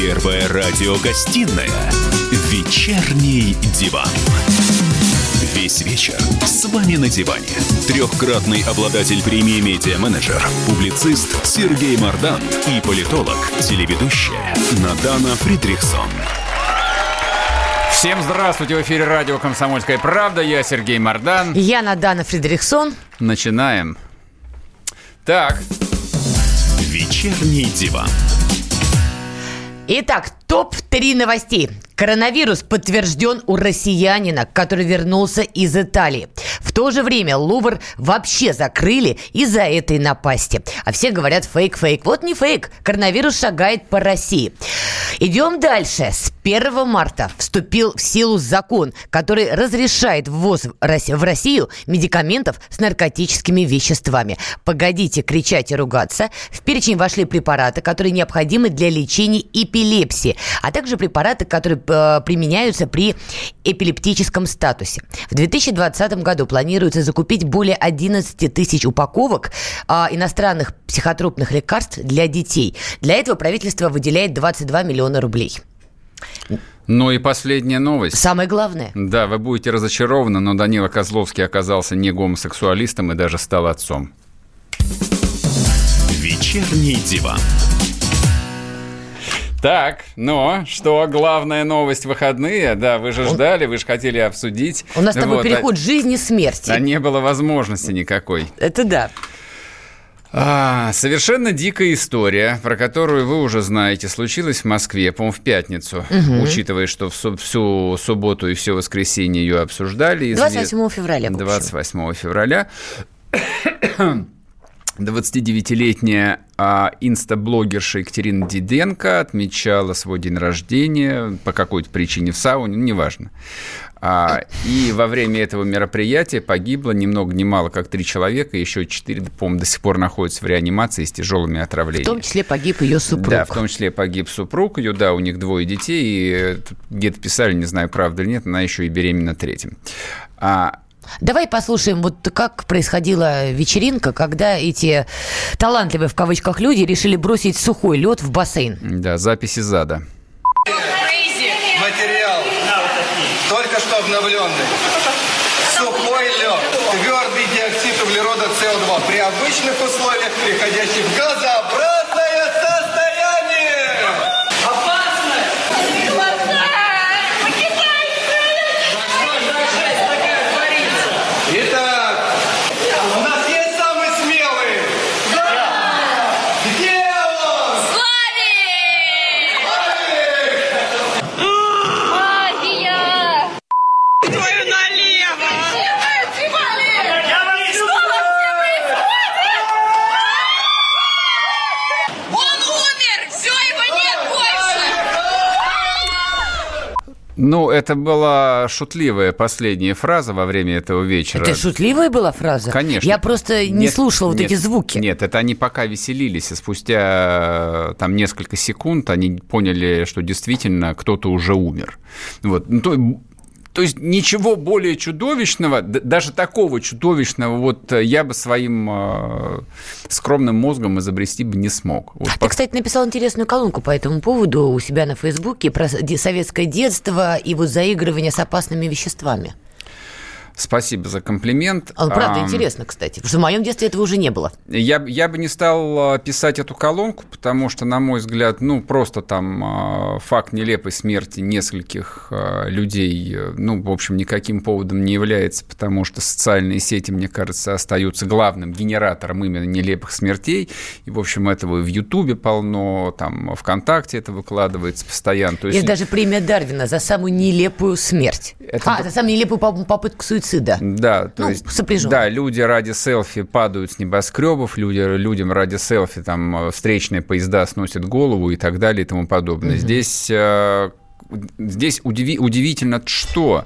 Первая радиогостинная «Вечерний диван». Весь вечер с вами на диване. Трехкратный обладатель премии «Медиа-менеджер», публицист Сергей Мардан и политолог, телеведущая Надана Фридрихсон. Всем здравствуйте! В эфире радио «Комсомольская правда». Я Сергей Мардан. Я Надана Фридрихсон. Начинаем. Так. Вечерний диван. Итак, топ-3 новостей. Коронавирус подтвержден у россиянина, который вернулся из Италии. В то же время Лувр вообще закрыли из-за этой напасти. А все говорят фейк. Вот не фейк. Коронавирус шагает по России. Идем дальше. С 1 марта вступил в силу закон, который разрешает ввоз в Россию медикаментов с наркотическими веществами. Погодите кричать и ругаться. В перечень вошли препараты, которые необходимы для лечения эпилепсии, а также препараты, которые применяются при эпилептическом статусе. В 2020 году планируется закупить более 11 тысяч упаковок иностранных психотропных лекарств для детей. Для этого правительство выделяет 22 миллиона рублей. Ну и последняя новость. Самое главное. Да, вы будете разочарованы, но Данила Козловский оказался не гомосексуалистом и даже стал отцом. Вечерний диван. Так, ну, что, главная новость выходные? Да, вы же ждали, вы же хотели обсудить. У нас с тобой переход жизни и смерти. А не было возможности никакой. Это да. Совершенно дикая история, про которую вы уже знаете, случилась в Москве, по-моему, в пятницу, учитывая, что всю субботу и все воскресенье ее обсуждали. 28 февраля. 28 февраля. 29-летняя инстаблогерша Екатерина Диденко отмечала свой день рождения по какой-то причине в сауне, неважно. И во время этого мероприятия погибло ни много ни мало, как 3 человека, еще 4, по-моему, до сих пор находятся в реанимации с тяжелыми отравлениями. В том числе погиб ее супруг. Да, в том числе погиб супруг ее, да, у них 2 детей, и где-то писали, не знаю, правда или нет, она еще и беременна 3-м. Давай послушаем, вот как происходила вечеринка, когда эти талантливые, в кавычках, люди решили бросить сухой лед в бассейн. Да, запись из ада. Материал только что обновленный. Сухой лед, твердый диоксид углерода СО2 при обычных условиях, переходящий в газообразное состояние. Опасно! Итак, у нас есть самый смелый? Да! Где он? Магия! Твою налево! Он умер! Все, его нет больше! Ну, это была шутливая последняя фраза во время этого вечера. Это шутливая была фраза? Конечно. Я просто не слушала эти звуки. Нет, это они пока веселились, и спустя там несколько секунд они поняли, что действительно кто-то уже умер. Вот. То есть ничего более чудовищного, даже такого чудовищного, вот я бы своим скромным мозгом изобрести бы не смог. Вот Ты, кстати, написал интересную колонку по этому поводу у себя на Фейсбуке про советское детство и вот заигрывание с опасными веществами. Спасибо за комплимент. Правда, интересно, кстати, потому что в моем детстве этого уже не было. Я бы не стал писать эту колонку, потому что, на мой взгляд, просто там факт нелепой смерти нескольких людей, в общем, никаким поводом не является, потому что социальные сети, мне кажется, остаются главным генератором именно нелепых смертей. И, в общем, этого и в Ютубе полно, там, ВКонтакте это выкладывается постоянно. То есть даже премия Дарвина за самую нелепую смерть. За самую нелепую попытку суицида. Да, то есть, да, люди ради селфи падают с небоскребов, людям ради селфи там встречные поезда сносят голову и так далее и тому подобное. Здесь удивительно, что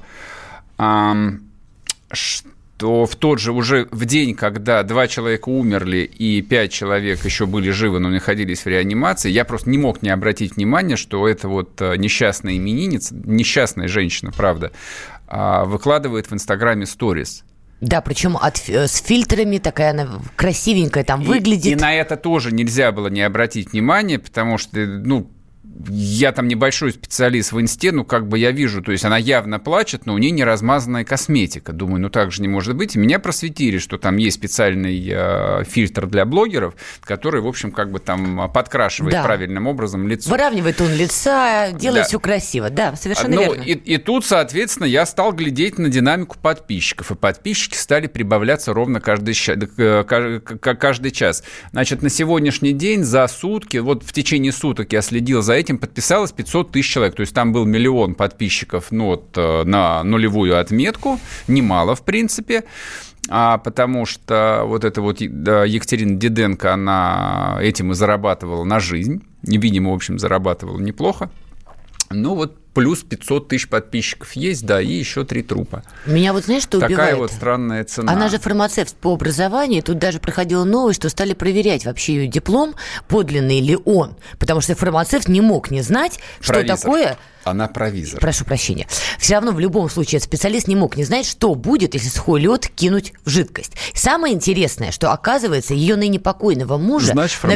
в тот же уже в день, когда 2 человека умерли и 5 человек еще были живы, но находились в реанимации, я просто не мог не обратить внимания, что это вот несчастная именинница, несчастная женщина, правда, выкладывает в Инстаграме сторис. Да, причем с фильтрами, такая она красивенькая там выглядит. И на это тоже нельзя было не обратить внимания, потому что, я там небольшой специалист в инсте, я вижу, то есть она явно плачет, но у нее не размазанная косметика. Думаю, так же не может быть. И меня просветили, что там есть специальный фильтр для блогеров, который, в общем, там подкрашивает правильным образом лицо. Выравнивает тон лица, делает все красиво. Да, совершенно верно. И тут, соответственно, я стал глядеть на динамику подписчиков, и подписчики стали прибавляться ровно каждый час. Значит, на сегодняшний день за сутки, в течение суток я следил за этим, подписалось 500 тысяч человек. То есть там был 1 миллион подписчиков на нулевую отметку. Немало, в принципе. Потому что Екатерина Диденко, она этим и зарабатывала на жизнь. Видимо, в общем, зарабатывала неплохо. Плюс 500 тысяч подписчиков есть, и еще 3 трупа. Меня знаешь, что убивает? Такая странная цена. Она же фармацевт по образованию. Тут даже проходила новость, что стали проверять вообще ее диплом, подлинный ли он. Потому что фармацевт не мог не знать, провизор. Что такое... Она провизор. Прошу прощения. Все равно в любом случае этот специалист не мог не знать, что будет, если сухой лед кинуть в жидкость. Самое интересное, что, оказывается, ее ныне покойного мужа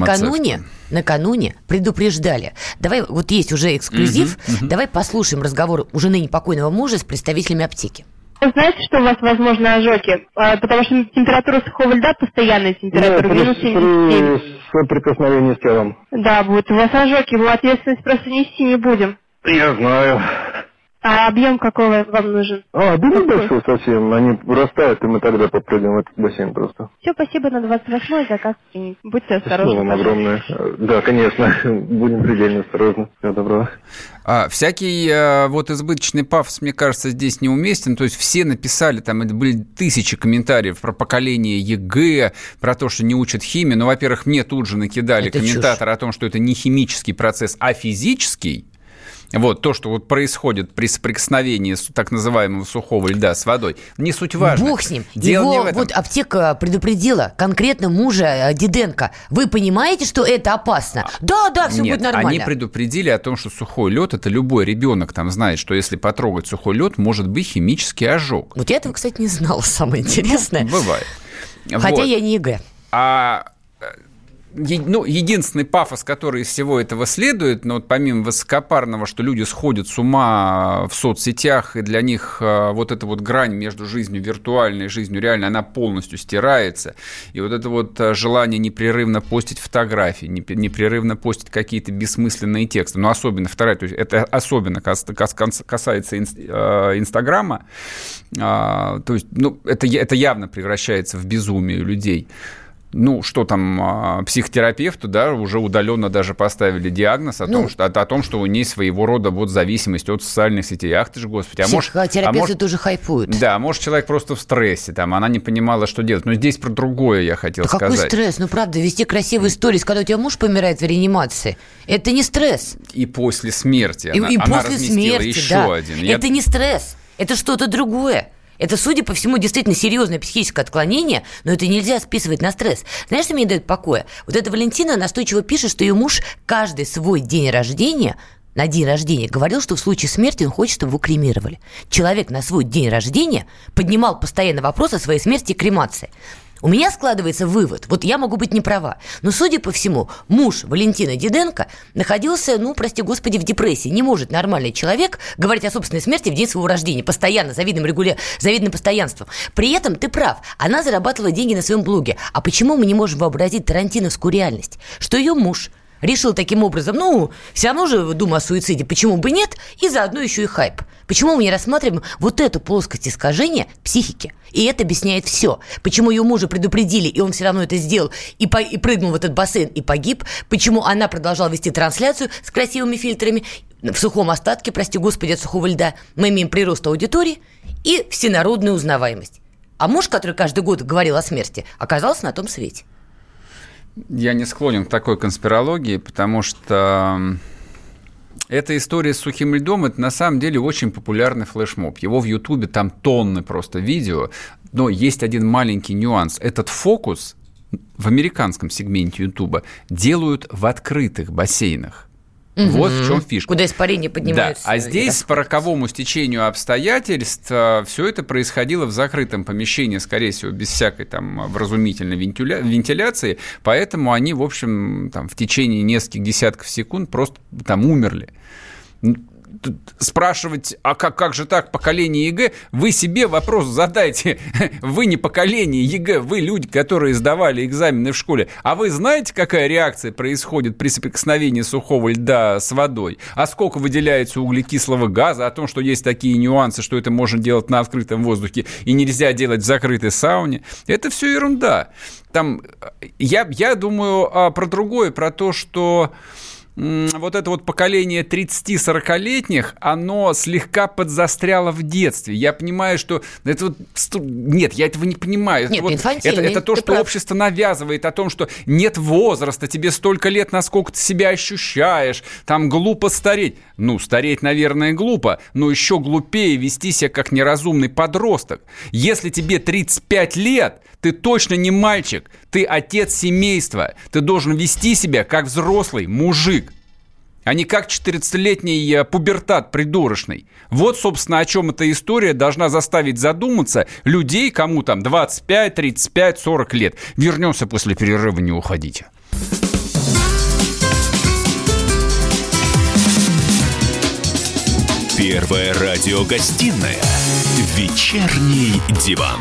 накануне предупреждали. Давай, есть уже эксклюзив, давай послушаем разговор уже ныне покойного мужа с представителями аптеки. Вы знаете, что у вас возможны ожоги? Потому что температура сухого льда, постоянная температура, минус 77. При соприкосновении с телом. Да, будет у вас ожоги, мы ответственность просто нести не будем. Я знаю. А объем какого вам нужен? Объем большой совсем. Они растают, и мы тогда попрыгаем в этот бассейн просто. Все, спасибо, на 28-й заказ принят. Будьте осторожны. Спасибо вам огромное. Да, конечно. Будем предельно осторожны. Всего доброго. Всякий избыточный пафос, мне кажется, здесь неуместен. То есть все написали, там были тысячи комментариев про поколение ЕГЭ, про то, что не учат химию. Во-первых, мне тут же накидали комментаторы о том, что это не химический процесс, а физический. То, что происходит при соприкосновении так называемого сухого льда с водой, не суть важно. Бог с ним. Дело не в этом. Аптека предупредила конкретно мужа Диденко. Вы понимаете, что это опасно? Да, все будет нормально. Они предупредили о том, что сухой лед, это любой ребенок знает, что если потрогать сухой лед, может быть химический ожог. Я этого, кстати, не знала, самое интересное. Бывает. Хотя я не ЕГЭ. Единственный пафос, который из всего этого следует, помимо высокопарного, что люди сходят с ума в соцсетях, и для них эта грань между жизнью виртуальной и жизнью реальной, она полностью стирается. И это желание непрерывно постить фотографии, непрерывно постить какие-то бессмысленные тексты. Особенно вторая, то есть это особенно касается Инстаграма. То есть, это явно превращается в безумие людей. Психотерапевту, уже удаленно даже поставили диагноз о том, что у нее своего рода зависимость от социальных сетей. Ах ты ж, Господи. Психотерапевты тоже хайпуют. Да, может, человек просто в стрессе, она не понимала, что делать. Но здесь про другое я хотел сказать. Какой стресс? Правда, вести красивые сторис, когда у тебя муж помирает в реанимации, это не стресс. И после смерти она разместила еще один. Это не стресс, это что-то другое. Это, судя по всему, действительно серьезное психическое отклонение, но это нельзя списывать на стресс. Знаешь, что мне не дает покоя? Эта Валентина настойчиво пишет, что ее муж каждый свой день рождения, на день рождения, говорил, что в случае смерти он хочет, чтобы его кремировали. Человек на свой день рождения поднимал постоянно вопрос о своей смерти и кремации. У меня складывается вывод, я могу быть не права, но, судя по всему, муж Валентины Диденко находился, прости господи, в депрессии. Не может нормальный человек говорить о собственной смерти в день своего рождения, постоянно, завидным постоянством. При этом ты прав, она зарабатывала деньги на своем блоге. А почему мы не можем вообразить тарантиновскую реальность? Что ее муж решил таким образом, все равно же думаю о суициде, почему бы нет, и заодно еще и хайп. Почему мы не рассматриваем эту плоскость искажения психики? И это объясняет все. Почему ее мужа предупредили, и он все равно это сделал, и прыгнул в этот бассейн и погиб. Почему она продолжала вести трансляцию с красивыми фильтрами, в сухом остатке, прости господи, от сухого льда. Мы имеем прирост аудитории и всенародную узнаваемость. А муж, который каждый год говорил о смерти, оказался на том свете. Я не склонен к такой конспирологии, потому что эта история с сухим льдом – это на самом деле очень популярный флешмоб. Его в Ютубе там тонны просто видео, но есть один маленький нюанс. Этот фокус в американском сегменте Ютуба делают в открытых бассейнах. Вот в чем фишка. Куда испарения поднимаются. Да, а здесь по роковому стечению обстоятельств все это происходило в закрытом помещении, скорее всего, без всякой там вразумительной вентиляции, поэтому они, в общем, там, в течение нескольких десятков секунд просто там умерли. Спрашивать, а как же так, поколение ЕГЭ? Вы себе вопрос задайте. Вы не поколение ЕГЭ, вы люди, которые сдавали экзамены в школе. А вы знаете, какая реакция происходит при соприкосновении сухого льда с водой? А сколько выделяется углекислого газа? О том, что есть такие нюансы, что это можно делать на открытом воздухе и нельзя делать в закрытой сауне. Это все ерунда. Там, я думаю про другое, про то, что вот это вот поколение 30-40-летних, оно слегка подзастряло в детстве. Я понимаю, что это вот... Нет, я этого не понимаю. Нет, вот, это то, что прав. Общество навязывает о том, что нет возраста, тебе столько лет, насколько ты себя ощущаешь, там глупо стареть. Ну, стареть, наверное, глупо, но еще глупее вести себя как неразумный подросток. Если тебе 35 лет, ты точно не мальчик, ты отец семейства, ты должен вести себя как взрослый мужик, а не как 14-летний пубертат придурочный. Вот, собственно, о чем эта история должна заставить задуматься людей, кому там 25, 35, 40 лет. Вернемся после перерыва, не уходите. Первая радиогостинная «Вечерний диван».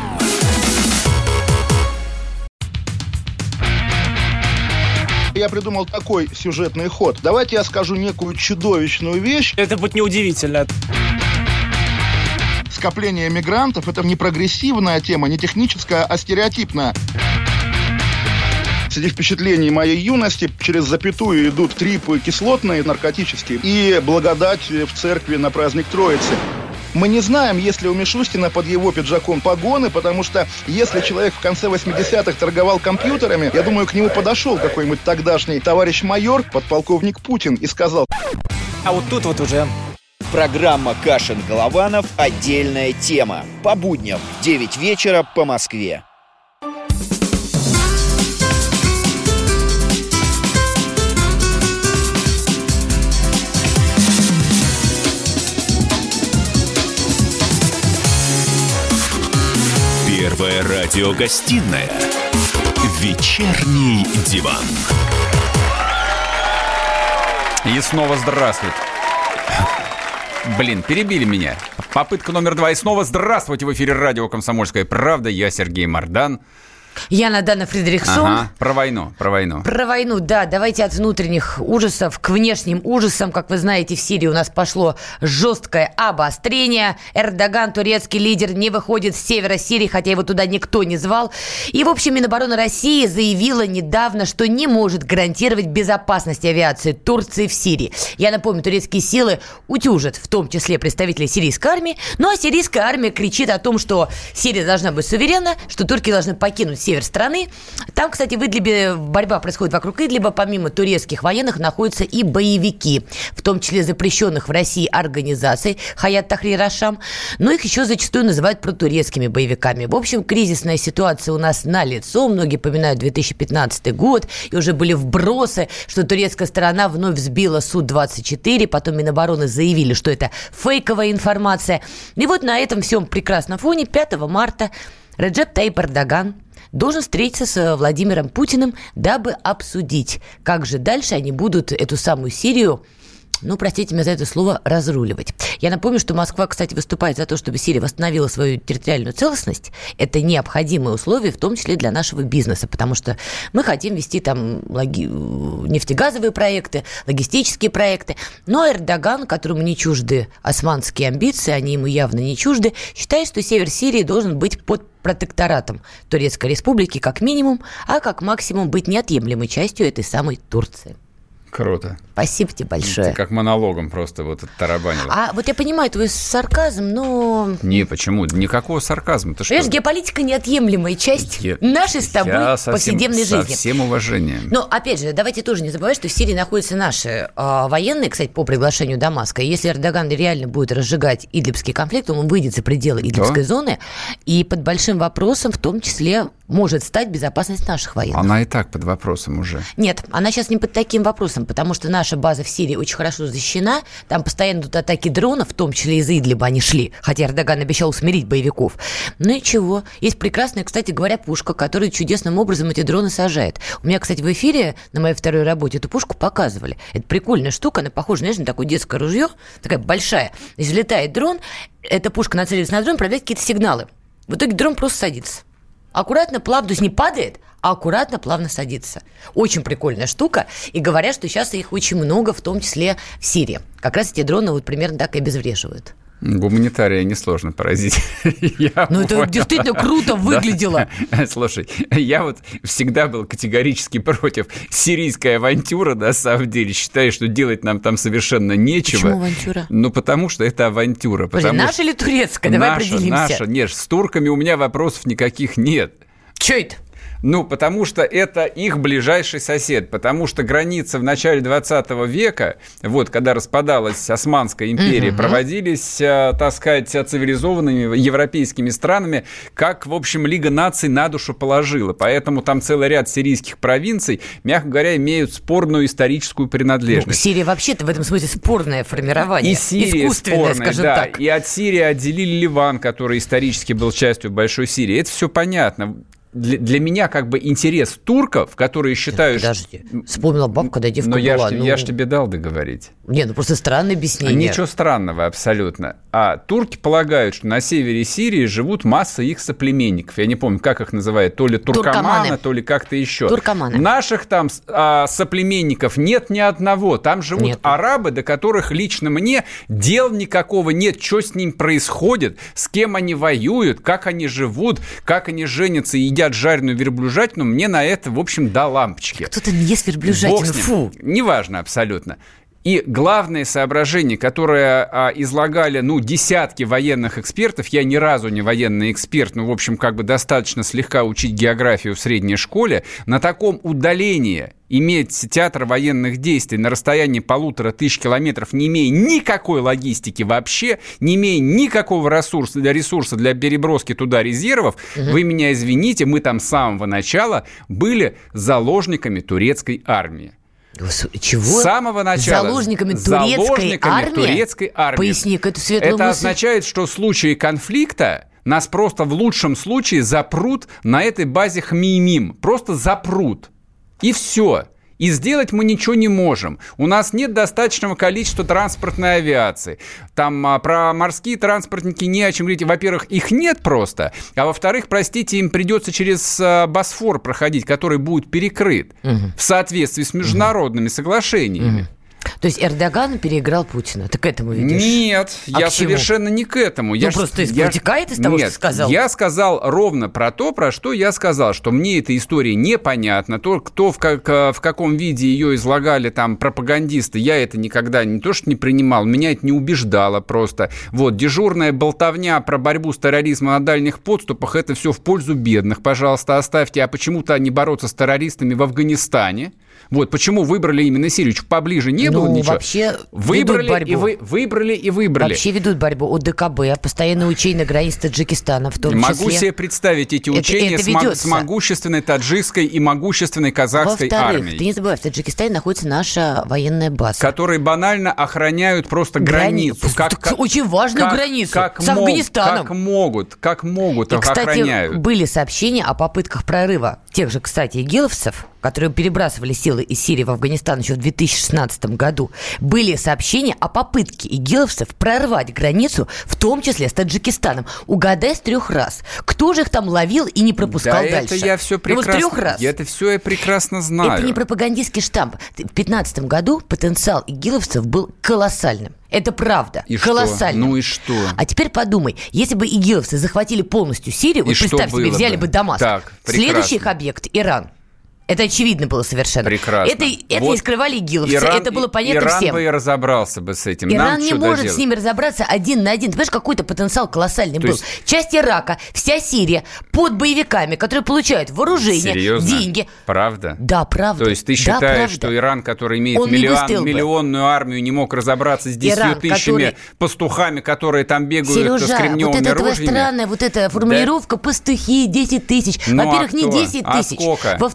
Я придумал такой сюжетный ход. Давайте я скажу некую чудовищную вещь. Это будет неудивительно. Скопление мигрантов – это не прогрессивная тема, не техническая, а стереотипная. Среди впечатлений моей юности через запятую идут трипы кислотные, наркотические, и благодать в церкви на праздник Троицы. Мы не знаем, есть ли у Мишустина под его пиджаком погоны, потому что если человек в конце 80-х торговал компьютерами, я думаю, к нему подошел какой-нибудь тогдашний товарищ майор, подполковник Путин, и сказал: а вот тут вот уже... Программа «Кашин-Голованов. Отдельная тема». По будням в 9 вечера по Москве. Первая радиогостинная «Вечерний диван». И снова здравствуйте. Блин, перебили меня. Попытка номер 2. И снова здравствуйте. В эфире радио «Комсомольская правда». Я Сергей Мордан. Яна Дана Фридрихсон. Ага, про войну. Про войну, да. Давайте от внутренних ужасов к внешним ужасам. Как вы знаете, в Сирии у нас пошло жесткое обострение. Эрдоган, турецкий лидер, не выходит с севера Сирии, хотя его туда никто не звал. И, в общем, Минобороны России заявила недавно, что не может гарантировать безопасность авиации Турции в Сирии. Я напомню, турецкие силы утюжат, в том числе представителей сирийской армии. Ну, а сирийская армия кричит о том, что Сирия должна быть суверенна, что турки должны покинуть север страны. Там, кстати, в Идлибе борьба происходит вокруг Идлиба. Помимо турецких военных находятся и боевики, в том числе запрещенных в России организаций Хаят Тахрир Аш-Шам, но их еще зачастую называют протурецкими боевиками. В общем, кризисная ситуация у нас налицо. Многие поминают 2015 год, и уже были вбросы, что турецкая сторона вновь сбила Су-24, потом Минобороны заявили, что это фейковая информация. И вот на этом всем прекрасном фоне 5 марта Реджеп Тайип Эрдоган должен встретиться с Владимиром Путиным, дабы обсудить, как же дальше они будут эту самую Сирию, ну, простите меня за это слово, разруливать. Я напомню, что Москва, кстати, выступает за то, чтобы Сирия восстановила свою территориальную целостность. Это необходимые условия, в том числе для нашего бизнеса, потому что мы хотим вести там нефтегазовые проекты, логистические проекты. Но Эрдоган, которому не чужды османские амбиции, они ему явно не чужды, считает, что север Сирии должен быть под протекторатом Турецкой Республики как минимум, а как максимум быть неотъемлемой частью этой самой Турции. Круто. Спасибо тебе большое. Ты как монологом просто вот тарабанил. А вот я понимаю твой сарказм, но... Не, почему? Никакого сарказма. Ты понимаешь, геополитика неотъемлемая часть нашей с тобой повседневной жизни. Со всем уважением. Но, опять же, давайте тоже не забывать, что в Сирии находятся наши военные, кстати, по приглашению Дамаска. И если Эрдоган реально будет разжигать идлибский конфликт, он выйдет за пределы идлибской зоны, и под большим вопросом в том числе может стать безопасность наших военных. Она и так под вопросом уже. Нет, она сейчас не под таким вопросом. интересом, потому что наша база в Сирии очень хорошо защищена. Там постоянно идут атаки дронов, в том числе из Идлиба они шли, хотя Эрдоган обещал усмирить боевиков. Ну и чего? Есть прекрасная, кстати говоря, пушка, которая чудесным образом эти дроны сажает. У меня, кстати, в эфире на моей второй работе эту пушку показывали. Это прикольная штука, она похожа, знаешь, на такое детское ружье, такая большая. Взлетает дрон, эта пушка нацелится на дрон, проявляет какие-то сигналы. В итоге дрон просто садится. Аккуратно, плавно, то есть не падает, а аккуратно, плавно садится. Очень прикольная штука. И говорят, что сейчас их очень много, в том числе в Сирии. Как раз эти дроны вот примерно так и обезвреживают. Гуманитария несложно поразить. Ну, это действительно круто выглядело. Слушай, я вот всегда был категорически против сирийской авантюры, на самом деле. Считаю, что делать нам там совершенно нечего. Почему авантюра? Ну, потому что это авантюра. Подожди, наша или турецкая? Давай определимся. Наша. Нет, с турками у меня вопросов никаких нет. Чё это? Ну, потому что это их ближайший сосед, потому что границы в начале 20 века, вот, когда распадалась Османская империя, проводились, так сказать, цивилизованными европейскими странами, как, в общем, Лига наций на душу положила. Поэтому там целый ряд сирийских провинций, мягко говоря, имеют спорную историческую принадлежность. Ну, Сирия вообще-то в этом смысле спорное формирование. И Сирия искусственное, спорная, скажем да. так. И от Сирии отделили Ливан, который исторически был частью Большой Сирии. Это все понятно. Для меня как бы интерес турков, которые считают... Подожди, вспомнила бабка, когда девка была. Но я ж тебе дал договорить. Не, ну просто странное объяснение. Ничего странного абсолютно. А турки полагают, что на севере Сирии живут масса их соплеменников. Я не помню, как их называют. То ли туркоманы, то ли как-то еще. Туркоманы. Наших там соплеменников нет ни одного. Там живут арабы, до которых лично мне дел никакого нет. Что с ними происходит, с кем они воюют, как они живут, как они женятся и едят жареную верблюжатину, мне на это, в общем, до лампочки. Кто-то не ест верблюжатину, фу. Неважно абсолютно. И главное соображение, которое излагали, десятки военных экспертов, я ни разу не военный эксперт, в общем, как бы достаточно слегка учить географию в средней школе, на таком удалении иметь театр военных действий на расстоянии 1500 километров, не имея никакой логистики вообще, не имея никакого ресурса для переброски туда резервов, вы меня извините, мы там с самого начала были заложниками турецкой армии. Чего? С самого начала. Заложниками турецкой армии? Поясни-ка эту светлую мысль. Это означает, что в случае конфликта нас просто в лучшем случае запрут на этой базе Хмеймим. Просто запрут. И все. И сделать мы ничего не можем. У нас нет достаточного количества транспортной авиации. Там про морские транспортники не о чем говорить. Во-первых, их нет просто. А во-вторых, простите, им придется через Босфор проходить, который будет перекрыт в соответствии с международными соглашениями. То есть Эрдоган переиграл Путина. Ты к этому видишь? Нет, я совершенно не к этому. Просто вытекает из того, что ты сказал? Я сказал ровно про то, про что я сказал, что мне эта история непонятна. Кто в каком виде ее излагали там пропагандисты, я это никогда не то что не принимал, меня это не убеждало просто. Вот, дежурная болтовня про борьбу с терроризмом на дальних подступах, это все в пользу бедных, пожалуйста, оставьте. А почему-то не бороться с террористами в Афганистане. Вот, почему выбрали именно Сирию? Чуть поближе не было ничего. Вообще выбрали ведут и выбрали. Вообще ведут борьбу. ОДКБ, постоянные учения на границе Таджикистана в том числе. Могу себе представить эти учения с могущественной таджикской и могущественной казахской армией. Во-вторых, ты не забывай, в Таджикистане находится наша военная база. Которые банально охраняют просто границу. Очень важную границу с Афганистаном. Как могут, и, охраняют. Кстати, были сообщения о попытках прорыва тех же, кстати, игиловцев, которые перебрасывали силы из Сирии в Афганистан еще в 2016 году, были сообщения о попытке игиловцев прорвать границу, в том числе с Таджикистаном. Угадай с 3 раз. Кто же их там ловил и не пропускал дальше? Это я все прекрасно. Вот с 3 раз. Это все я прекрасно знаю. Это не пропагандистский штамп. В 2015 году потенциал игиловцев был колоссальным. Это правда. И колоссально. Что? Ну и что? А теперь подумай, если бы игиловцы захватили полностью Сирию, вот представь себе, взяли бы Дамаск. Так, следующий их объект – Иран. Это очевидно было совершенно. Прекрасно. Это не скрывали игиловцы, это было понятно всем. Иран бы и разобрался бы с этим. Иран не может с ними разобраться один на один. Ты понимаешь, какой-то потенциал колоссальный был. Часть Ирака, вся Сирия под боевиками, которые получают вооружение, деньги. Правда? Да, правда. То есть ты считаешь, что Иран, который имеет миллионную армию, не мог разобраться с 10 тысячами пастухами, которые там бегают с кремневыми ружьями? Вот это твоя странная вот эта формулировка «пастухи, 10 тысяч». Во-первых, не 10 тысяч. Во-вторых, не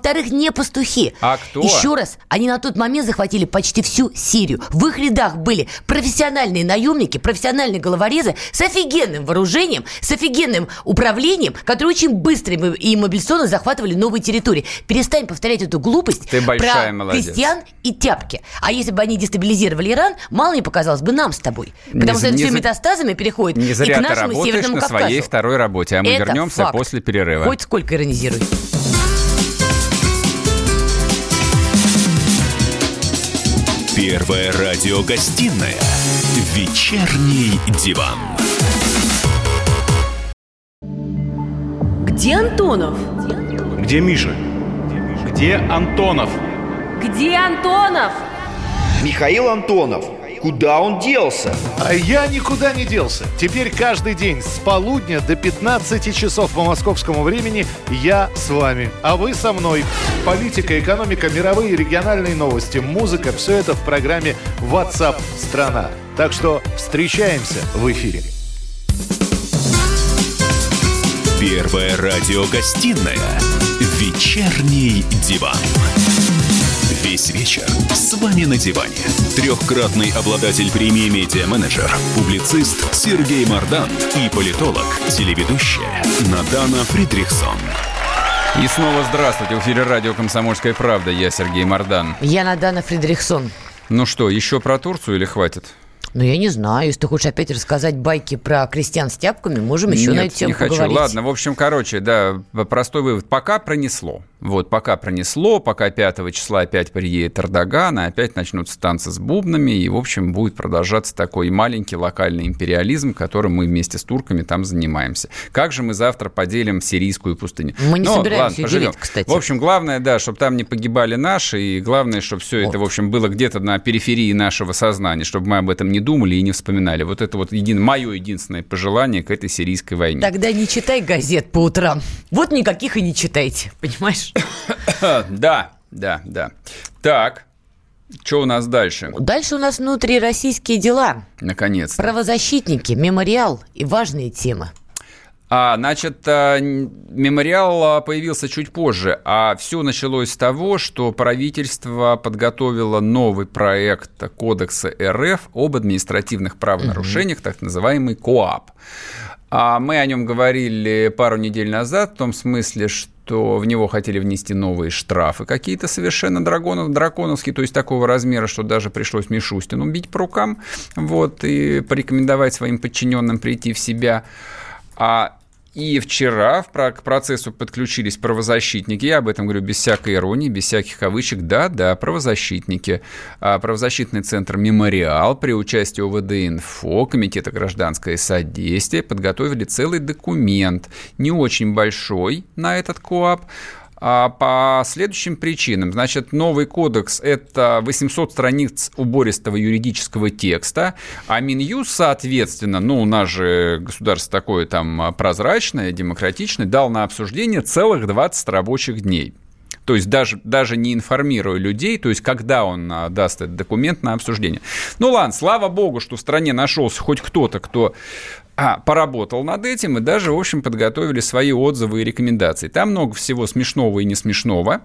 не пастухи. А кто? Еще раз, они на тот момент захватили почти всю Сирию. В их рядах были профессиональные наемники, профессиональные головорезы с офигенным вооружением, с офигенным управлением, которые очень быстро и мобилизационно захватывали новые территории. Перестань повторять эту глупость про крестьян и тяпки. А если бы они дестабилизировали Иран, мало не показалось бы нам с тобой. Потому что это все метастазами переходит и к нашему Северному Кавказу. На своей второй работе, а мы вернемся факт. После перерыва. Хоть сколько иронизируй. Первая радиогостинная «Вечерний диван». Где Антонов? Где Миша? Где Антонов? Где Антонов? Михаил Антонов. Куда он делся? А я никуда не делся. Теперь каждый день с полудня до 15 часов по московскому времени я с вами, а вы со мной. Политика, экономика, мировые и региональные новости, музыка – все это в программе WhatsApp страна. Так что встречаемся в эфире. Первая радиогостинная «Вечерний диван». Весь вечер с вами на диване. Трехкратный обладатель премии «Медиа-менеджер», публицист Сергей Мардан и политолог, телеведущая Надана Фридрихсон. И снова здравствуйте. В эфире радио «Комсомольская правда». Я Сергей Мардан. Я Надана Фридрихсон. Ну что, еще про Турцию или хватит? Ну, я не знаю. Если ты хочешь опять рассказать байки про крестьян с тяпками, можем еще на эту тему поговорить. Не хочу. Ладно, в общем, да, простой вывод. Пока пронесло. Пока 5 числа опять приедет Эрдоган, опять начнутся танцы с бубнами, и, в общем, будет продолжаться такой маленький локальный империализм, которым мы вместе с турками там занимаемся. Как же мы завтра поделим сирийскую пустыню? Мы не собираемся ее делить, кстати. В общем, главное, да, чтобы там не погибали наши, и главное, чтобы все это, в общем, было где-то на периферии нашего сознания, чтобы мы об этом не думали и не вспоминали. Вот это мое единственное пожелание к этой сирийской войне. Тогда не читай газет по утрам. Вот никаких и не читайте, понимаешь? Да. Так, что у нас дальше? Дальше у нас внутрироссийские дела. Наконец-то. Правозащитники, мемориал и важные темы. Мемориал появился чуть позже, а все началось с того, что правительство подготовило новый проект Кодекса РФ об административных правонарушениях, так называемый КоАП. Мы о нем говорили пару недель назад, в том смысле, что в него хотели внести новые штрафы какие-то совершенно драконовские, то есть такого размера, что даже пришлось Мишустину бить по рукам, и порекомендовать своим подчиненным прийти в себя. И вчера к процессу подключились правозащитники. Я об этом говорю без всякой иронии, без всяких кавычек. Да, правозащитники. Правозащитный центр «Мемориал» при участии ОВД-Инфо, Комитета гражданское содействие подготовили целый документ, не очень большой на этот КоАП, по следующим причинам. Значит, новый кодекс – это 800 страниц убористого юридического текста, а Минюст, соответственно, у нас же государство такое там прозрачное, демократичное, дал на обсуждение целых 20 рабочих дней. То есть даже не информируя людей, то есть когда он даст этот документ на обсуждение. Ладно, слава богу, что в стране нашелся хоть кто-то, кто поработал над этим и даже, в общем, подготовили свои отзывы и рекомендации. Там много всего смешного и не смешного.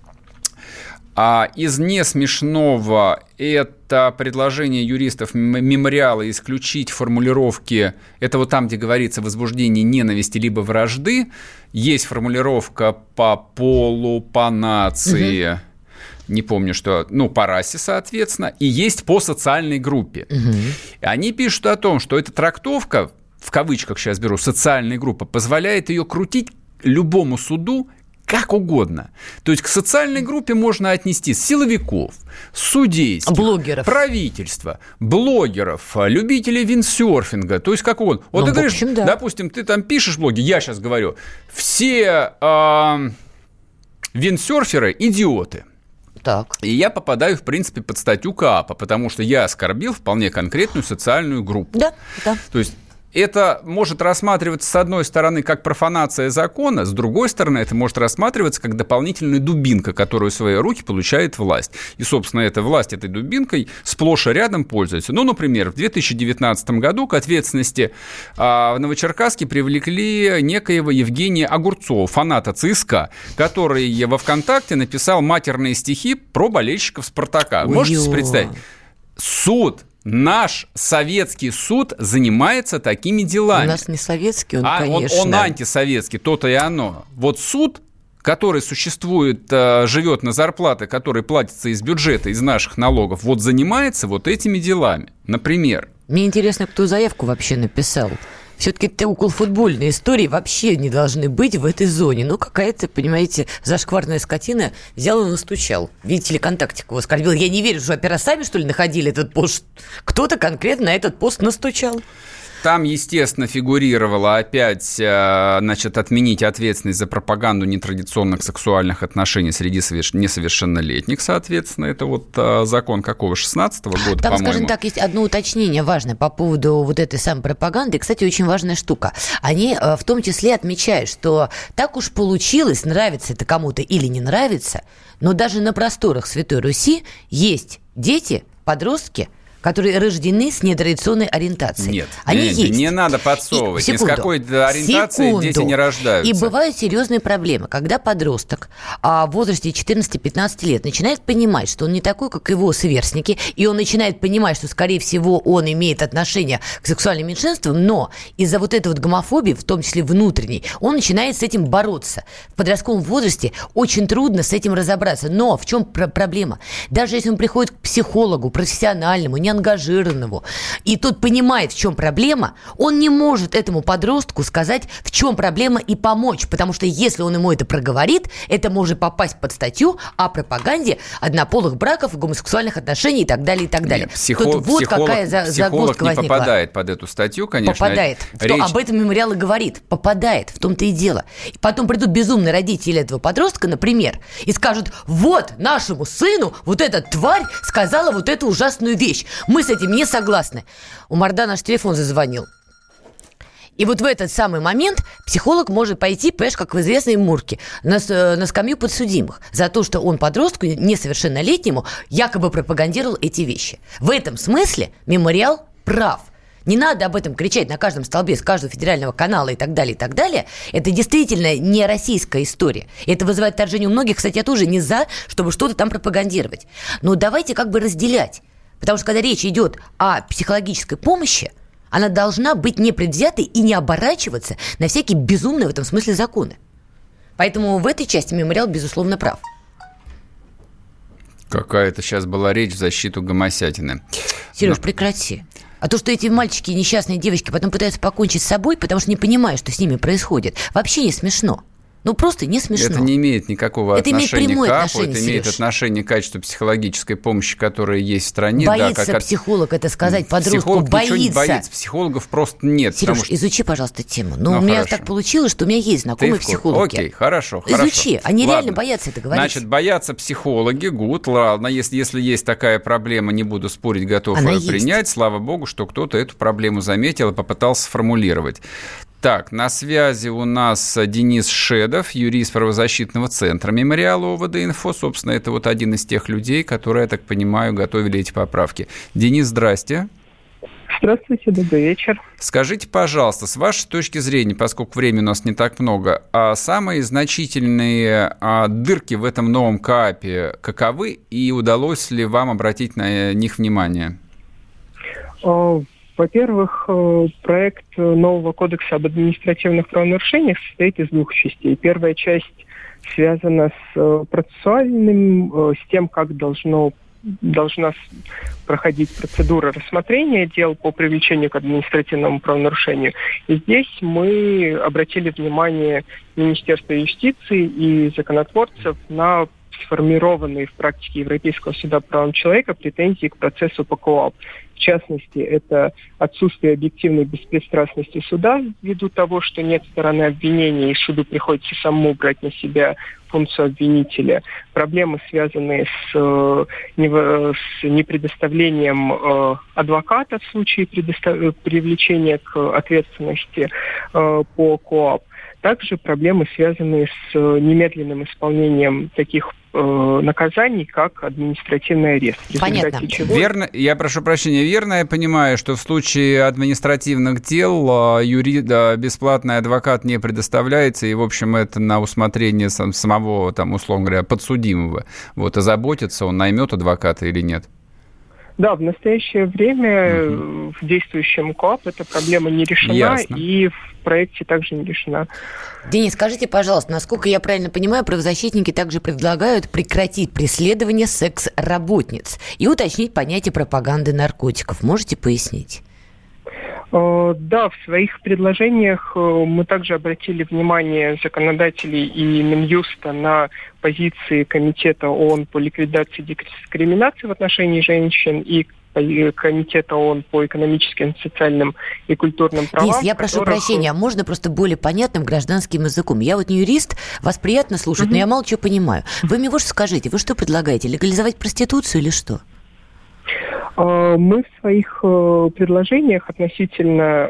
Из несмешного это предложение юристов мемориала исключить формулировки, это там, где говорится возбуждение ненависти либо вражды, есть формулировка по полу, по нации, не помню, что, по расе, соответственно, и есть по социальной группе. Они пишут о том, что эта трактовка, в кавычках сейчас беру, социальной группы, позволяет ее крутить любому суду как угодно. То есть к социальной группе можно отнести силовиков, судейских, блогеров, правительства, блогеров, любителей виндсерфинга, то есть как угодно. Вот ты говоришь, да. Допустим, ты там пишешь в блоге, я сейчас говорю, все виндсерферы – идиоты. Так. И я попадаю, в принципе, под статью КоАПа, потому что я оскорбил вполне конкретную социальную группу. Да. То есть это может рассматриваться, с одной стороны, как профанация закона, с другой стороны, это может рассматриваться как дополнительная дубинка, которую в свои руки получает власть. И, собственно, эта власть этой дубинкой сплошь и рядом пользуется. Ну, например, в 2019 году к ответственности в Новочеркасске привлекли некоего Евгения Огурцова, фаната ЦСКА, который во ВКонтакте написал матерные стихи про болельщиков «Спартака». Можете себе представить? Наш советский суд занимается такими делами. У нас не советский, конечно. Он антисоветский, то-то и оно. Вот суд, который существует, живет на зарплаты, которые платятся из бюджета, из наших налогов, вот занимается вот этими делами. Например. Мне интересно, кто заявку вообще написал. Все-таки околофутбольные истории вообще не должны быть в этой зоне. Ну, какая-то, понимаете, зашкварная скотина взял и настучал. Видите ли, контактик его оскорбил. Я не верю, что опера сами, что ли, находили этот пост. Кто-то конкретно на этот пост настучал. Там, естественно, фигурировало опять, отменить ответственность за пропаганду нетрадиционных сексуальных отношений среди несовершеннолетних, соответственно. Это вот закон какого, 16-го года, там, по-моему. Скажем так, есть одно уточнение важное по поводу вот этой самой пропаганды. Кстати, очень важная штука. Они в том числе отмечают, что так уж получилось, нравится это кому-то или не нравится, но даже на просторах Святой Руси есть дети, подростки, которые рождены с нетрадиционной ориентацией. Нет, они есть. Не надо подсовывать. Ни с какой ориентацией дети не рождаются. И бывают серьезные проблемы, когда подросток в возрасте 14-15 лет начинает понимать, что он не такой, как его сверстники, и он начинает понимать, что, скорее всего, он имеет отношение к сексуальным меньшинствам, но из-за вот этой вот гомофобии, в том числе внутренней, он начинает с этим бороться. В подростковом возрасте очень трудно с этим разобраться. Но в чем проблема? Даже если он приходит к психологу, профессиональному, неангажированному, и тот понимает, в чем проблема, он не может этому подростку сказать, в чем проблема, и помочь, потому что если он ему это проговорит, это может попасть под статью о пропаганде однополых браков, гомосексуальных отношений и так далее, и так далее. Нет, вот какая загвоздка возникла. Не попадает под эту статью, конечно. Попадает. Об этом мемориал и говорит. Попадает, в том-то и дело. И потом придут безумные родители этого подростка, например, и скажут, вот нашему сыну вот эта тварь сказала вот эту ужасную вещь. Мы с этим не согласны. У Марда наш телефон зазвонил. И вот в этот самый момент психолог может пойти, понимаешь, как в известной Мурке, на скамью подсудимых за то, что он подростку несовершеннолетнему якобы пропагандировал эти вещи. В этом смысле мемориал прав. Не надо об этом кричать на каждом столбе с каждого федерального канала и так далее, и так далее. Это действительно не российская история. Это вызывает отторжение у многих. Кстати, я тоже не за, чтобы что-то там пропагандировать. Но давайте как бы разделять. Потому что когда речь идет о психологической помощи, она должна быть непредвзятой и не оборачиваться на всякие безумные в этом смысле законы. Поэтому в этой части мемориал, безусловно, прав. Какая-то сейчас была речь в защиту гомосятины. Сереж, прекрати. А то, что эти мальчики и несчастные девочки потом пытаются покончить с собой, потому что не понимают, что с ними происходит, вообще не смешно. Ну, просто не смешно. Это не имеет никакого отношения к КАПу, это имеет отношение к качеству психологической помощи, которая есть в стране. Боится психолог это сказать подростку, боится. Психологов просто нет. Сереж, изучи, пожалуйста, тему. У меня так получилось, что у меня есть знакомые психологи. Окей, хорошо. Изучи, они реально боятся это говорить. Значит, боятся психологи, ладно, если есть такая проблема, не буду спорить, готов ее принять. Слава богу, что кто-то эту проблему заметил и попытался сформулировать. Так, на связи у нас Денис Шедов, юрист правозащитного центра мемориала ОВД-Инфо. Собственно, это вот один из тех людей, которые, я так понимаю, готовили эти поправки. Денис, здрасте. Здравствуйте, добрый вечер. Скажите, пожалуйста, с вашей точки зрения, поскольку времени у нас не так много, самые значительные дырки в этом новом КАПе каковы, и удалось ли вам обратить на них внимание? Во-первых, проект нового кодекса об административных правонарушениях состоит из двух частей. Первая часть связана с процессуальным, с тем, как должна проходить процедура рассмотрения дел по привлечению к административному правонарушению. И здесь мы обратили внимание Министерства юстиции и законотворцев на сформированные в практике Европейского суда по правам человека претензии к процессу по КоАП. В частности, это отсутствие объективной беспристрастности суда ввиду того, что нет стороны обвинения, и суду приходится самому брать на себя функцию обвинителя, проблемы, связанные с непредоставлением адвоката в случае привлечения к ответственности по КоАП. Также проблемы, связанные с немедленным исполнением таких наказаний, как административный арест. Понятно. Верно, я прошу прощения, верно я понимаю, что в случае административных дел бесплатный адвокат не предоставляется, и, в общем, это на усмотрение самого, там, условно говоря, подсудимого. Вот, озаботится, он наймет адвоката или нет? Да, в настоящее время в действующем КоАП эта проблема не решена. Ясно. И в проекте также не решена. Денис, скажите, пожалуйста, насколько я правильно понимаю, правозащитники также предлагают прекратить преследование секс-работниц и уточнить понятие пропаганды наркотиков. Можете пояснить? Да, в своих предложениях мы также обратили внимание законодателей и Минюста на позиции Комитета ООН по ликвидации дискриминации в отношении женщин и Комитета ООН по экономическим, социальным и культурным правам. Денис, я прошу прощения, а можно просто более понятным гражданским языком? Я вот не юрист, вас приятно слушать, но я мало чего понимаю. Вы мне вот скажите, вы что предлагаете, легализовать проституцию или что? Мы в своих предложениях относительно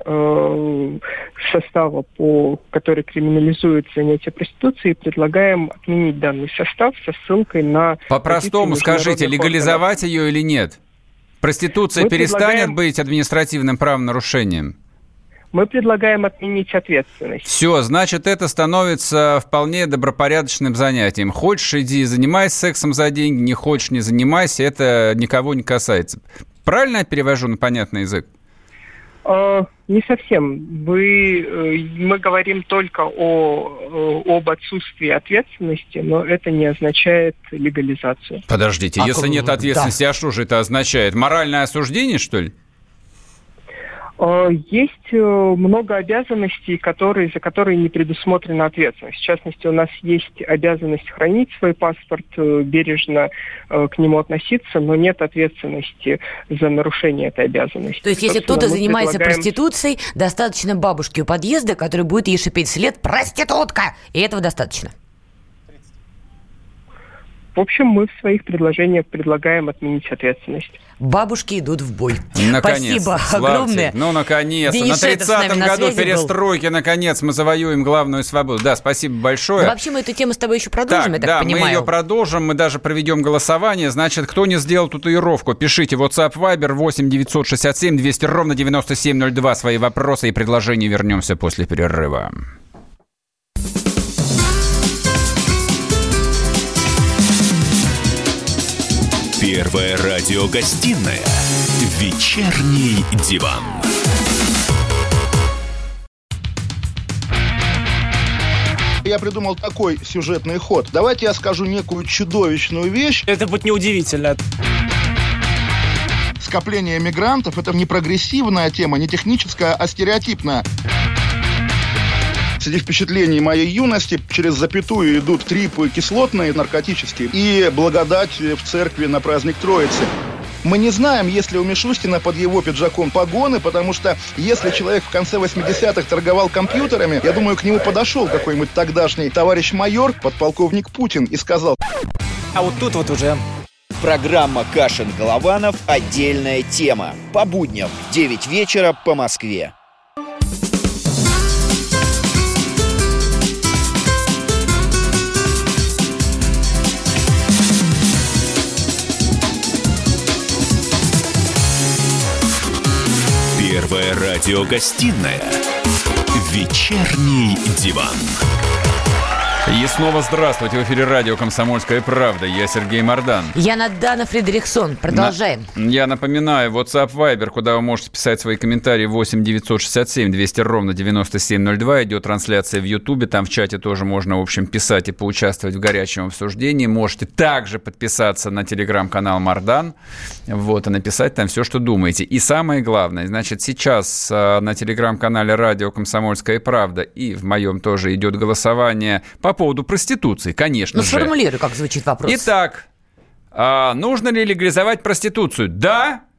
состава, который криминализует занятие проституцией, предлагаем отменить данный состав со ссылкой на... По-простому скажите, легализовать ее или нет? Проституция перестанет быть административным правонарушением? Мы предлагаем отменить ответственность. Все, значит, это становится вполне добропорядочным занятием. Хочешь, иди, занимайся сексом за деньги, не хочешь, не занимайся, это никого не касается. Правильно я перевожу на понятный язык? Не совсем. Мы говорим только об отсутствии ответственности, но это не означает легализацию. Подождите, если нет ответственности, а что же это означает? Моральное осуждение, что ли? Есть много обязанностей, за которые не предусмотрена ответственность. В частности, у нас есть обязанность хранить свой паспорт, бережно к нему относиться, но нет ответственности за нарушение этой обязанности. То есть, если кто-то занимается проституцией, достаточно бабушки у подъезда, которая будет ей шипеть вслед «Проститутка!» И этого достаточно. В общем, мы в своих предложениях предлагаем отменить ответственность. Бабушки идут в бой. Наконец. Спасибо огромное. Ну, наконец-то. На 30-м году перестройки, наконец, мы завоюем главную свободу. Да, спасибо большое. Ну, вообще, мы эту тему с тобой еще продолжим, я так понимаю. Мы ее продолжим, мы даже проведем голосование. Значит, кто не сделал татуировку, пишите WhatsApp, Viber 8 967 200 ровно 9702 свои вопросы и предложения. Вернемся после перерыва. Первая радиогостинная «Вечерний диван». Я придумал такой сюжетный ход. Давайте я скажу некую чудовищную вещь. Это будет неудивительно. Скопление мигрантов – это не прогрессивная тема, не техническая, а стереотипная. Среди впечатлений моей юности через запятую идут трипы кислотные, наркотические, и благодать в церкви на праздник Троицы. Мы не знаем, есть ли у Мишустина под его пиджаком погоны, потому что если человек в конце 80-х торговал компьютерами, я думаю, к нему подошел какой-нибудь тогдашний товарищ майор, подполковник Путин, и сказал: а вот тут вот уже... Программа «Кашин-Голованов. Отдельная тема». По будням в 9 вечера по Москве. Первая радиогостинная «Вечерний диван». И снова здравствуйте. В эфире радио «Комсомольская правда». Я Сергей Мордан. Я Надана Фредериксон. Продолжаем. Я напоминаю, WhatsApp, Viber, куда вы можете писать свои комментарии, 8 967 200 ровно 9702. Идет трансляция в Ютубе. Там в чате тоже можно, в общем, писать и поучаствовать в горячем обсуждении. Можете также подписаться на телеграм-канал Мордан. Вот, и написать там все, что думаете. И самое главное, значит, сейчас на телеграм-канале радио «Комсомольская правда» и в моем тоже идет голосование по поводу проституции, конечно же. Сформулируй, как звучит вопрос. Итак, нужно ли легализовать проституцию? Да,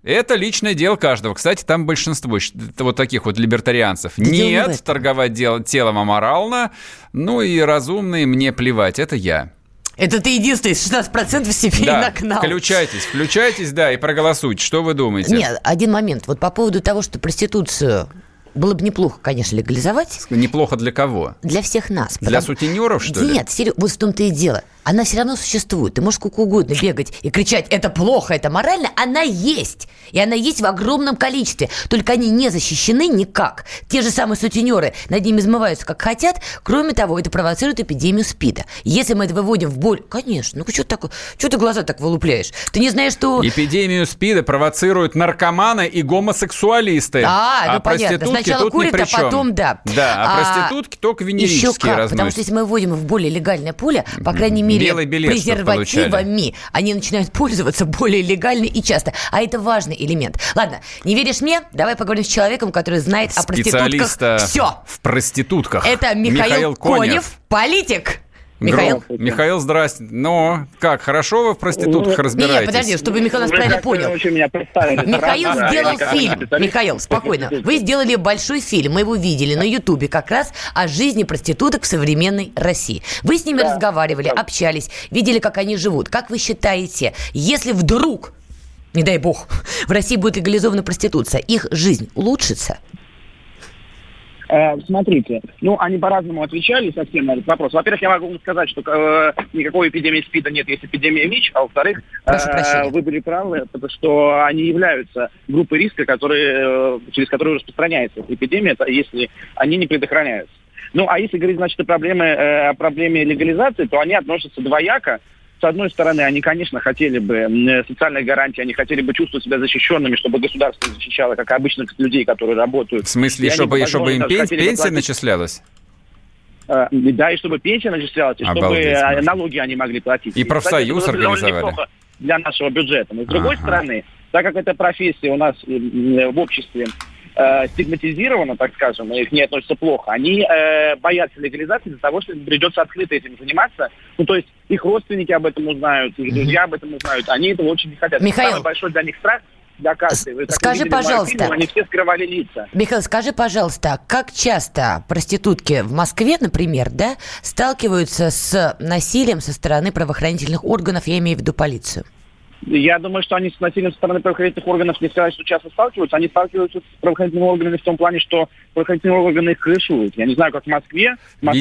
Это личное дело каждого. Кстати, там большинство вот таких вот либертарианцев. Да нет, торговать телом аморально. Ну и разумные, мне плевать. Это я. Это ты единственный, 16% себе нагнал. Включайтесь, да, и проголосуйте. Что вы думаете? Нет, один момент. Вот по поводу того, что проституцию было бы неплохо, конечно, легализовать. Неплохо для кого? Для всех нас. Для сутенеров, что ли? Нет, вот в том-то и дело. Она все равно существует. Ты можешь сколько угодно бегать и кричать, это плохо, это морально. Она есть. И она есть в огромном количестве. Только они не защищены никак. Те же самые сутенеры над ними измываются как хотят. Кроме того, это провоцирует эпидемию СПИДа. Если мы это выводим в боль... Конечно. Ну, что ты глаза так вылупляешь? Ты не знаешь, что... Эпидемию СПИДа провоцируют наркоманы и гомосексуалисты. Ну понятно. Сначала курят, а потом Да, а проститутки только венерические разносят. Потому что если мы выводим в более легальное поле, по крайней мере, презервативами, они начинают пользоваться более легально и часто. А это важный элемент. Ладно, не веришь мне? Давай поговорим с человеком, который знает о проститутках все. В проститутках. Это Михаил Конев, политик. Михаил, здрасте. Ну, как, хорошо вы в проститутках разбираетесь? Нет, подожди, чтобы Михаил нас правильно понял. Михаил сделал фильм. Михаил, спокойно. Вы сделали большой фильм, мы его видели на Ютубе, как раз о жизни проституток в современной России. Вы с ними разговаривали, общались, видели, как они живут. Как вы считаете, если вдруг, не дай бог, в России будет легализована проституция, их жизнь улучшится? Смотрите, они по-разному отвечали совсем на этот вопрос. Во-первых, я могу вам сказать, что никакой эпидемии СПИДа нет, есть эпидемия ВИЧ, а во-вторых, вы были правы, что они являются группой риска, через которую распространяется эта эпидемия, если они не предохраняются. А если говорить, значит, о проблеме легализации, то они относятся двояко. С одной стороны, они, конечно, хотели бы социальные гарантии, они хотели бы чувствовать себя защищенными, чтобы государство защищало, как обычных людей, которые работают. В смысле, чтобы им пенсия начислялась? Да, и чтобы пенсия начислялась, и чтобы налоги они могли платить. И профсоюз организовали. Для нашего бюджета. Но с другой стороны, так как эта профессия у нас в обществе стигматизировано, так скажем, и к ней относятся плохо, они боятся легализации из-за того, что им придется открыто этим заниматься. То есть их родственники об этом узнают, их друзья об этом узнают. Они этого очень не хотят. Михаил, самый большой для них страх, для каждого. Скажи, пожалуйста, фильм, они все скрывали лица. Михаил, скажи, пожалуйста, как часто проститутки в Москве, например, сталкиваются с насилием со стороны правоохранительных органов, я имею в виду полицию? Я думаю, что они с насилием со стороны правоохранительных органов не сказать, что часто сталкиваются. Они сталкиваются с правоохранительными органами в том плане, что правоохранительные органы их крышуют. Я не знаю, как в Москве.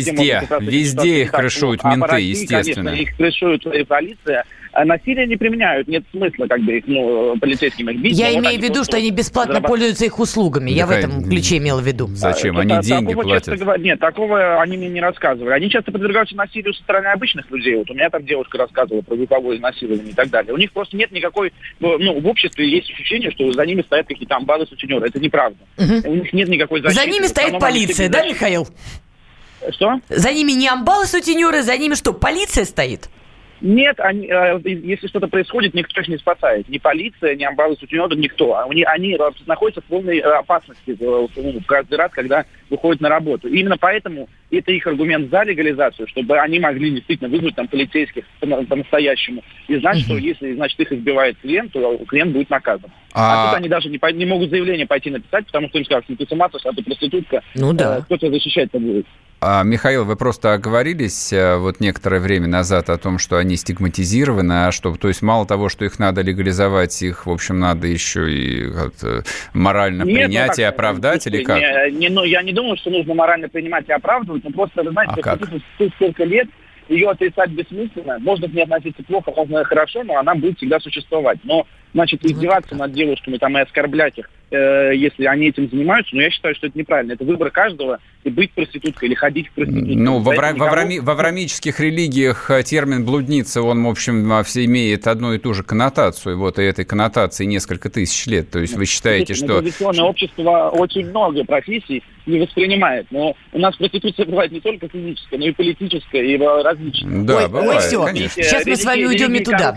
Везде их крышуют менты, России, естественно. Конечно, их крышуют полиция. Насилие не применяют, нет смысла их, полицейским их бить. Я имею в виду, что они бесплатно пользуются их услугами. Я в этом ключе имела в виду. Зачем? Они деньги платят. Нет, такого они мне не рассказывали. Они часто подвергаются насилию со стороны обычных людей. Вот у меня там девушка рассказывала про групповое насилие и так далее. У них просто нет никакой... в обществе есть ощущение, что за ними стоят какие-то амбалы-сутенеры. Это неправда. У них нет никакой защиты. За ними стоит полиция, да, Михаил? Что? За ними не амбалы-сутенеры, за ними что, полиция стоит? Нет, если что-то происходит, никто их не спасает. Ни полиция, ни амбалы-сутенеры, никто. Они находятся в полной опасности каждый раз, когда выходят на работу. И именно поэтому это их аргумент за легализацию, чтобы они могли действительно вызвать полицейских по-настоящему. И знать, что если, их избивает клиент, то клиент будет наказан. А тут они даже не могут заявление пойти написать, потому что им скажут, ты с ума сошла, ты проститутка, кто тебя защищать-то будет. Михаил, вы просто оговорились некоторое время назад о том, что они стигматизированы, то есть мало того, что их надо легализовать, их, в общем, надо еще и морально принять и оправдать, или как? Я не думаю, что нужно морально принимать и оправдывать, но просто, вы знаете, столько лет, ее отрицать бессмысленно. Можно к ней относиться плохо, можно хорошо, но она будет всегда существовать. Но, издеваться над девушками и оскорблять их, если они этим занимаются, я считаю, что это неправильно. Это выбор каждого, и быть проституткой, или ходить в проститутку. В авраамических религиях термин «блудница», он, в общем, имеет одну и ту же коннотацию. И этой коннотации несколько тысяч лет. То есть вы считаете, что... Традиционное общество очень много профессий не воспринимает. Но у нас проституция бывает не только физическая, но и политическая, и различная. Да, бывает, конечно. Сейчас мы с вами уйдем не туда.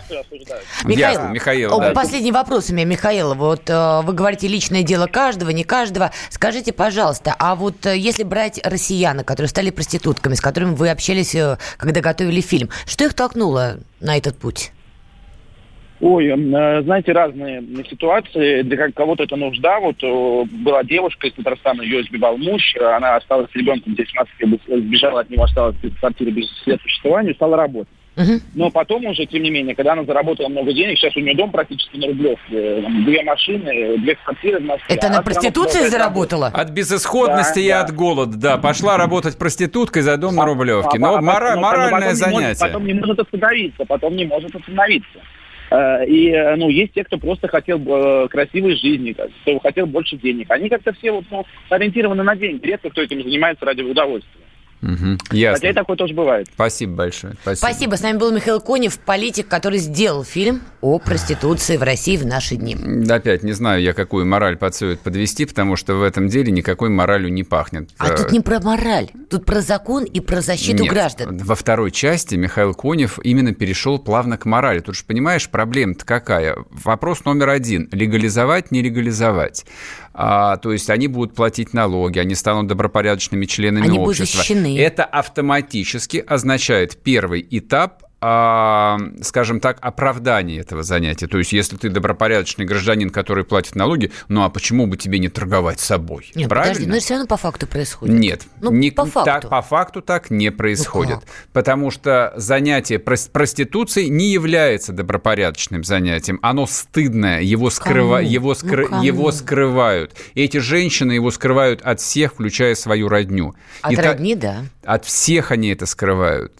Михаил, последний вопрос у меня, Михаил. Вы говорите, личное дело каждого, не каждого. Скажите, пожалуйста, а если брать россиян, которые стали проститутками, с которыми вы общались, когда готовили фильм, что их толкнуло на этот путь? Ой, знаете, разные ситуации. Для кого-то это нужда. Вот была девушка из Татарстана, ее избивал муж, она осталась с ребенком здесь в Москве, сбежала от него, осталась в квартире без лет существования, стала работать. Но потом уже, тем не менее, когда она заработала много денег, сейчас у нее дом практически на Рублевке, 2 машины, 2 квартиры в Москве. Это она проституцией заработала? От безысходности и от голода, да. Пошла работать проституткой за дом на Рублевке. Но моральное занятие. Потом не может остановиться. И, есть те, кто просто хотел красивой жизни, кто хотел больше денег. Они как-то все ориентированы на деньги. Редко кто этим занимается ради удовольствия. Ясно. Хотя и такое тоже бывает. Спасибо большое. Спасибо. С нами был Михаил Конев, политик, который сделал фильм о проституции в России в наши дни. Опять не знаю я, какую мораль под совет подвести, потому что в этом деле никакой моралью не пахнет. А тут не про мораль, тут про закон и про защиту граждан. Во второй части Михаил Конев именно перешел плавно к морали. Тут же, понимаешь, проблема-то какая? Вопрос номер 1. Легализовать, не легализовать. То есть они будут платить налоги, они станут добропорядочными членами общества. Будут защищены. Это автоматически означает первый этап, скажем так, оправдание этого занятия. То есть, если ты добропорядочный гражданин, который платит налоги, а почему бы тебе не торговать собой? Нет, правильно? Подожди, но это все равно по факту происходит. Нет, по факту. По факту так не происходит. Потому что занятие проституцией не является добропорядочным занятием. Оно стыдное, его скрывают. И эти женщины его скрывают от всех, включая свою родню. От родни, да. От всех они это скрывают.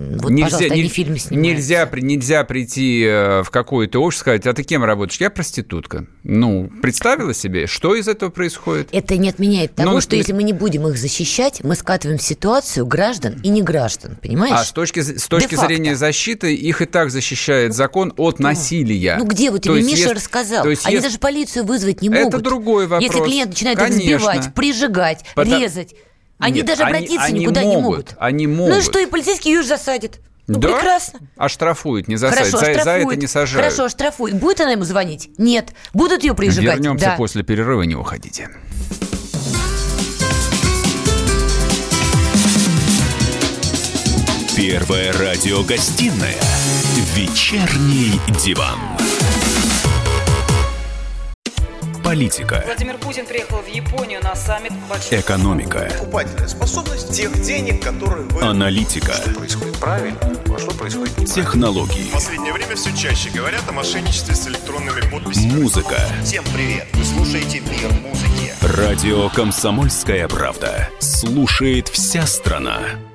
Нельзя прийти в какое-то общество и сказать, а ты кем работаешь? Я проститутка. Представила себе, что из этого происходит? Это не отменяет того, что если мы не будем их защищать, мы скатываем в ситуацию граждан и неграждан, понимаешь? А с точки зрения защиты их и так защищает закон от насилия. Где вот тебе Миша рассказал? Они даже полицию вызвать не могут. Это другой вопрос. Если клиент начинает их сбивать, прижигать, резать. Они даже обратиться никуда не могут. Они могут. И что, и полицейский ее засадит. Прекрасно. Оштрафуют, не засадят. За это не сажают. Хорошо, оштрафуют. Будет она ему звонить? Нет. Будут ее прижигать? Вернемся после перерыва, не уходите. Первая радиогостинная «Вечерний диван». Политика. Владимир Путин приехал в Японию на саммит большой... Экономика. Покупательная способность тех денег, которые вы... Аналитика. Что происходит правильно, а что происходит неправильно. Технологии. В последнее время все чаще говорят о мошенничестве с электронными подписями. Музыка. Всем привет. Вы слушаете «Мир музыки». Радио «Комсомольская правда». Слушает вся страна.